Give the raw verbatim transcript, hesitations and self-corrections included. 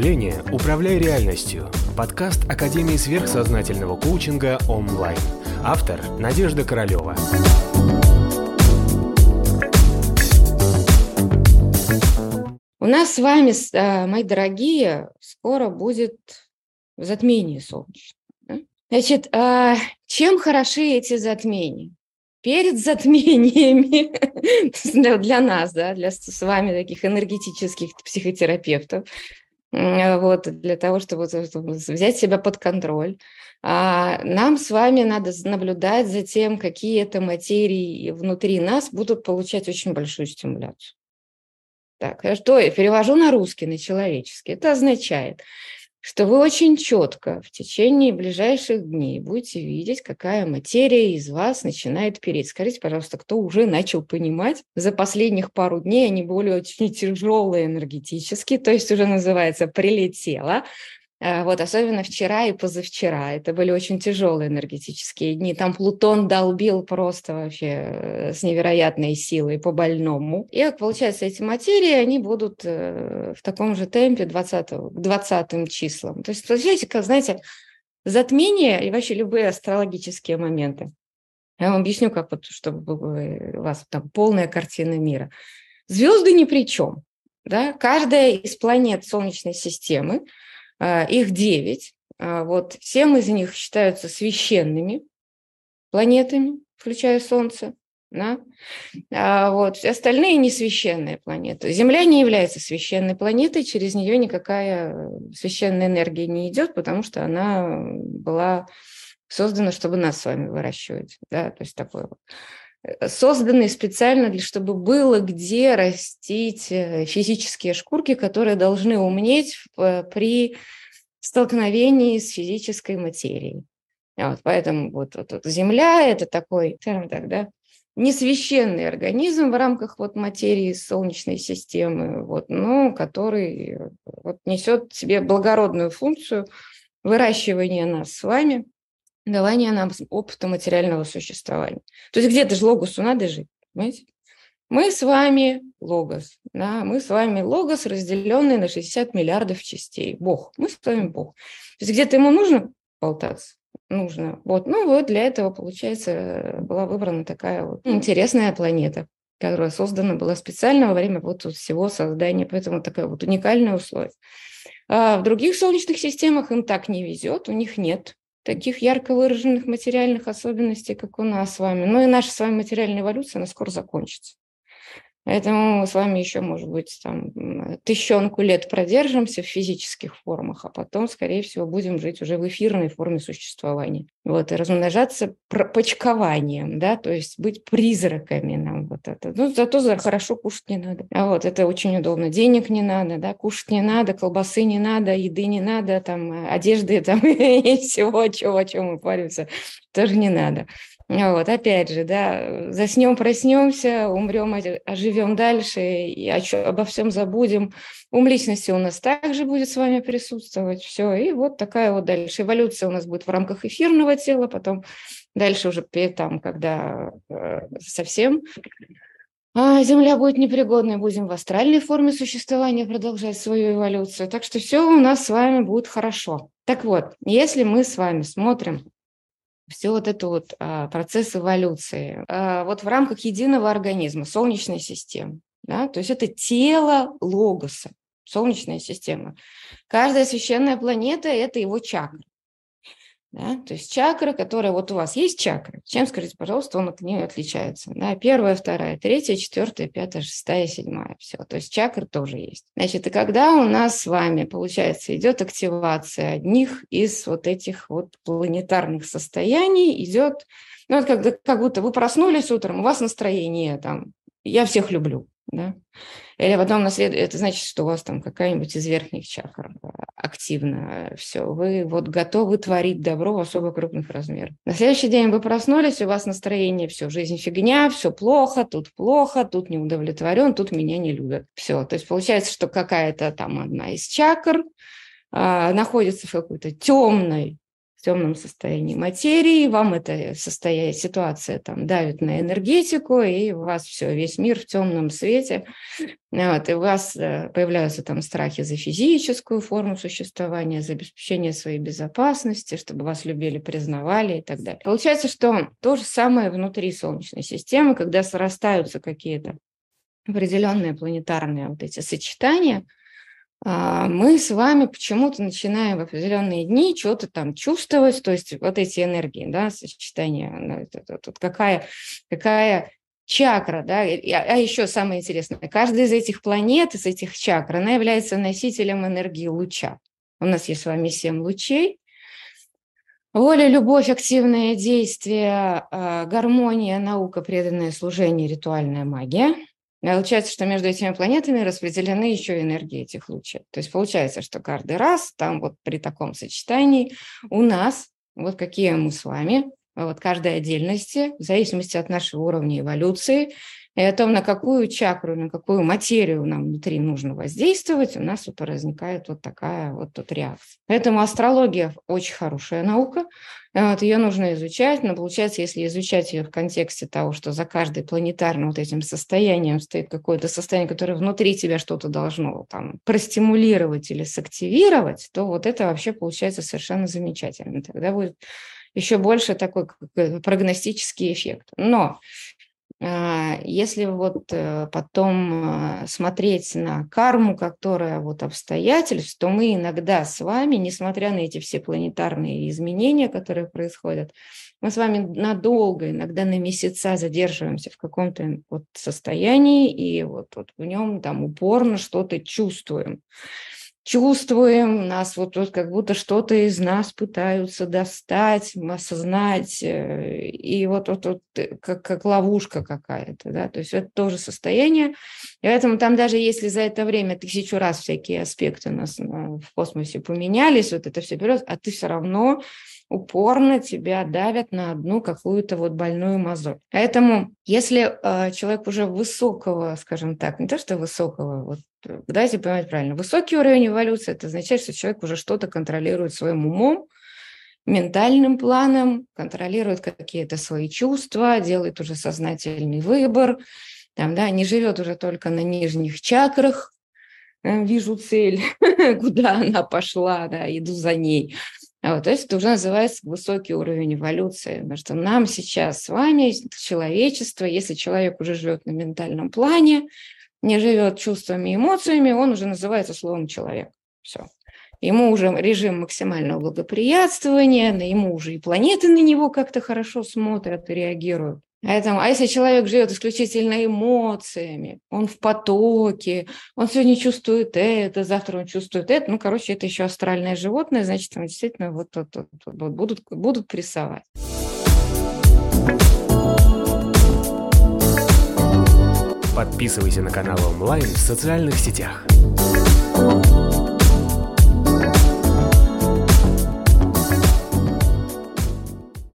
мышления «Управляй реальностью» – подкаст Академии сверхсознательного коучинга онлайн. Автор – Надежда Королева. У нас с вами, мои дорогие, скоро будет затмение солнечное. Да? Значит, чем хороши эти затмения? Перед затмениями для нас, да, для с вами таких энергетических психотерапевтов, вот, для того, чтобы взять себя под контроль, нам с вами надо наблюдать за тем, какие это материи внутри нас будут получать очень большую стимуляцию. Так, что я перевожу на русский, на человеческий. Это означает, что вы очень четко в течение ближайших дней будете видеть, какая материя из вас начинает переть. Скажите, пожалуйста, кто уже начал понимать? За последних пару дней они были очень тяжелые энергетически, то есть уже называется «прилетело». Вот, особенно вчера и позавчера. Это были очень тяжелые энергетические дни. Там Плутон долбил просто вообще с невероятной силой по больному. И, получается, эти материи, они будут в таком же темпе двадцатого, к двадцатым числам. То есть, получаете, как, знаете, затмение и вообще любые астрологические моменты. Я вам объясню, как вот, чтобы у вас там полная картина мира. Звезды ни при чем. Да? Каждая из планет Солнечной системы, их девять, вот, семь из них считаются священными планетами, включая Солнце, да? А вот, все остальные несвященные планеты. Земля не является священной планетой, через нее никакая священная энергия не идет, потому что она была создана, чтобы нас с вами выращивать, да? То есть такое вот. Созданные специально, для, чтобы было где растить физические шкурки, которые должны умнеть при столкновении с физической материей. Вот, поэтому вот, вот, вот Земля – это такой, скажем так, да, несвященный организм в рамках вот материи Солнечной системы, вот, но который вот, несет в себе благородную функцию выращивания нас с вами, давание нам опыта материального существования. То есть где-то же логосу надо жить, понимаете? Мы с вами логос, да, мы с вами логос, разделенный на шестьдесят миллиардов частей. Бог, мы с вами Бог. То есть где-то ему нужно болтаться? Нужно. Вот, ну вот для этого, получается, была выбрана такая вот интересная планета, которая создана была специально во время вот всего создания, поэтому такое вот уникальное условие. А в других солнечных системах им так не везет, у них нет таких ярко выраженных материальных особенностей, как у нас с вами. Но и наша с вами материальная эволюция, она скоро закончится. Поэтому мы с вами еще, может быть, там, тысячонку лет продержимся в физических формах, а потом, скорее всего, будем жить уже в эфирной форме существования. Вот, и размножаться почкованием, да, то есть быть призраками нам вот это. Ну, зато за хорошо кушать не надо. А вот это очень удобно. Денег не надо, да, кушать не надо, колбасы не надо, еды не надо, там, одежды там, и всего, о чем, о чем мы паримся, тоже не надо. Вот, опять же, да, заснем, проснемся, умрем, оживем дальше, и обо всем забудем. Ум личности у нас также будет с вами присутствовать. Все, и вот такая вот дальше. Эволюция у нас будет в рамках эфирного тела, потом дальше уже там, когда э, совсем а, Земля будет непригодной, будем в астральной форме существования продолжать свою эволюцию. Так что все у нас с вами будет хорошо. Так вот, если мы с вами смотрим все вот это вот а, процесс эволюции, а, вот в рамках единого организма, Солнечной системы, да, то есть это тело логоса, Солнечная система. Каждая священная планета – это его чакра. Да? То есть чакра, которая, вот у вас есть чакра, чем, скажите, пожалуйста, он от нее отличается? Да? Первая, вторая, третья, четвертая, пятая, шестая, седьмая. Все. То есть чакры тоже есть. Значит, и когда у нас с вами, получается, идет активация одних из вот этих вот планетарных состояний, идет, ну, вот как, как будто вы проснулись утром, у вас настроение там, я всех люблю. Да? Или потом на след... это значит, что у вас там какая-нибудь из верхних чакр активна. Все, вы вот готовы творить добро в особо крупных размерах. На следующий день вы проснулись, у вас настроение, все, жизнь фигня, все плохо, тут плохо, тут не удовлетворен, тут меня не любят. Все, то есть получается, что какая-то там одна из чакр а, находится в какой-то темной в темном состоянии материи, вам эта состояние, ситуация там давит на энергетику, и у вас все, весь мир в темном свете, вот, и у вас появляются там страхи за физическую форму существования, за обеспечение своей безопасности, чтобы вас любили, признавали и так далее. Получается, что то же самое внутри Солнечной системы, когда срастаются какие-то определенные планетарные вот эти сочетания, мы с вами почему-то начинаем в определенные дни что-то там чувствовать, то есть вот эти энергии, да, сочетания, тут какая, какая чакра, да, а еще самое интересное, каждая из этих планет, из этих чакр, она является носителем энергии луча. У нас есть с вами семь лучей. Воля, любовь, активное действие, гармония, наука, преданное служение, ритуальная магия. Получается, что между этими планетами распределены еще энергии этих лучей. То есть получается, что каждый раз там вот при таком сочетании у нас, вот какие мы с вами, вот каждой отдельности, в зависимости от нашего уровня эволюции, и о том, на какую чакру, на какую материю нам внутри нужно воздействовать, у нас вот возникает вот такая вот тут реакция. Поэтому астрология очень хорошая наука, вот, ее нужно изучать, но получается, если изучать ее в контексте того, что за каждым планетарным вот этим состоянием стоит какое-то состояние, которое внутри тебя что-то должно там простимулировать или сактивировать, то вот это вообще получается совершенно замечательно. Тогда будет еще больше такой прогностический эффект. Но если вот потом смотреть на карму, которая вот обстоятельств, то мы иногда с вами, несмотря на эти все планетарные изменения, которые происходят, мы с вами надолго, иногда на месяца задерживаемся в каком-то вот состоянии, и вот, вот в нем там упорно что-то чувствуем. Чувствуем, нас вот, вот как будто что-то из нас пытаются достать, осознать, и вот, вот, вот как, как ловушка какая-то, да, то есть это тоже состояние, и поэтому там даже если за это время тысячу раз всякие аспекты у нас в космосе поменялись, вот это все берет, а ты все равно упорно тебя давят на одну какую-то вот больную мозоль. Поэтому если э, человек уже высокого, скажем так, не то что высокого, вот давайте понимать правильно, высокий уровень эволюции, это означает, что человек уже что-то контролирует своим умом, ментальным планом, контролирует какие-то свои чувства, делает уже сознательный выбор, там, да, не живет уже только на нижних чакрах, э, вижу цель, куда она пошла, да, иду за ней. Вот, то есть это уже называется высокий уровень эволюции, потому что нам сейчас с вами, человечество, если человек уже живет на ментальном плане, не живет чувствами и эмоциями, он уже называется словом человек. Все. Ему уже режим максимального благоприятствования, ему уже и планеты на него как-то хорошо смотрят и реагируют. Поэтому, а если человек живет исключительно эмоциями, он в потоке, он сегодня чувствует это, завтра он чувствует это, ну, короче, это еще астральное животное, значит, ему действительно вот, вот, вот, вот будут, будут прессовать. Подписывайся на канал онлайн в социальных сетях.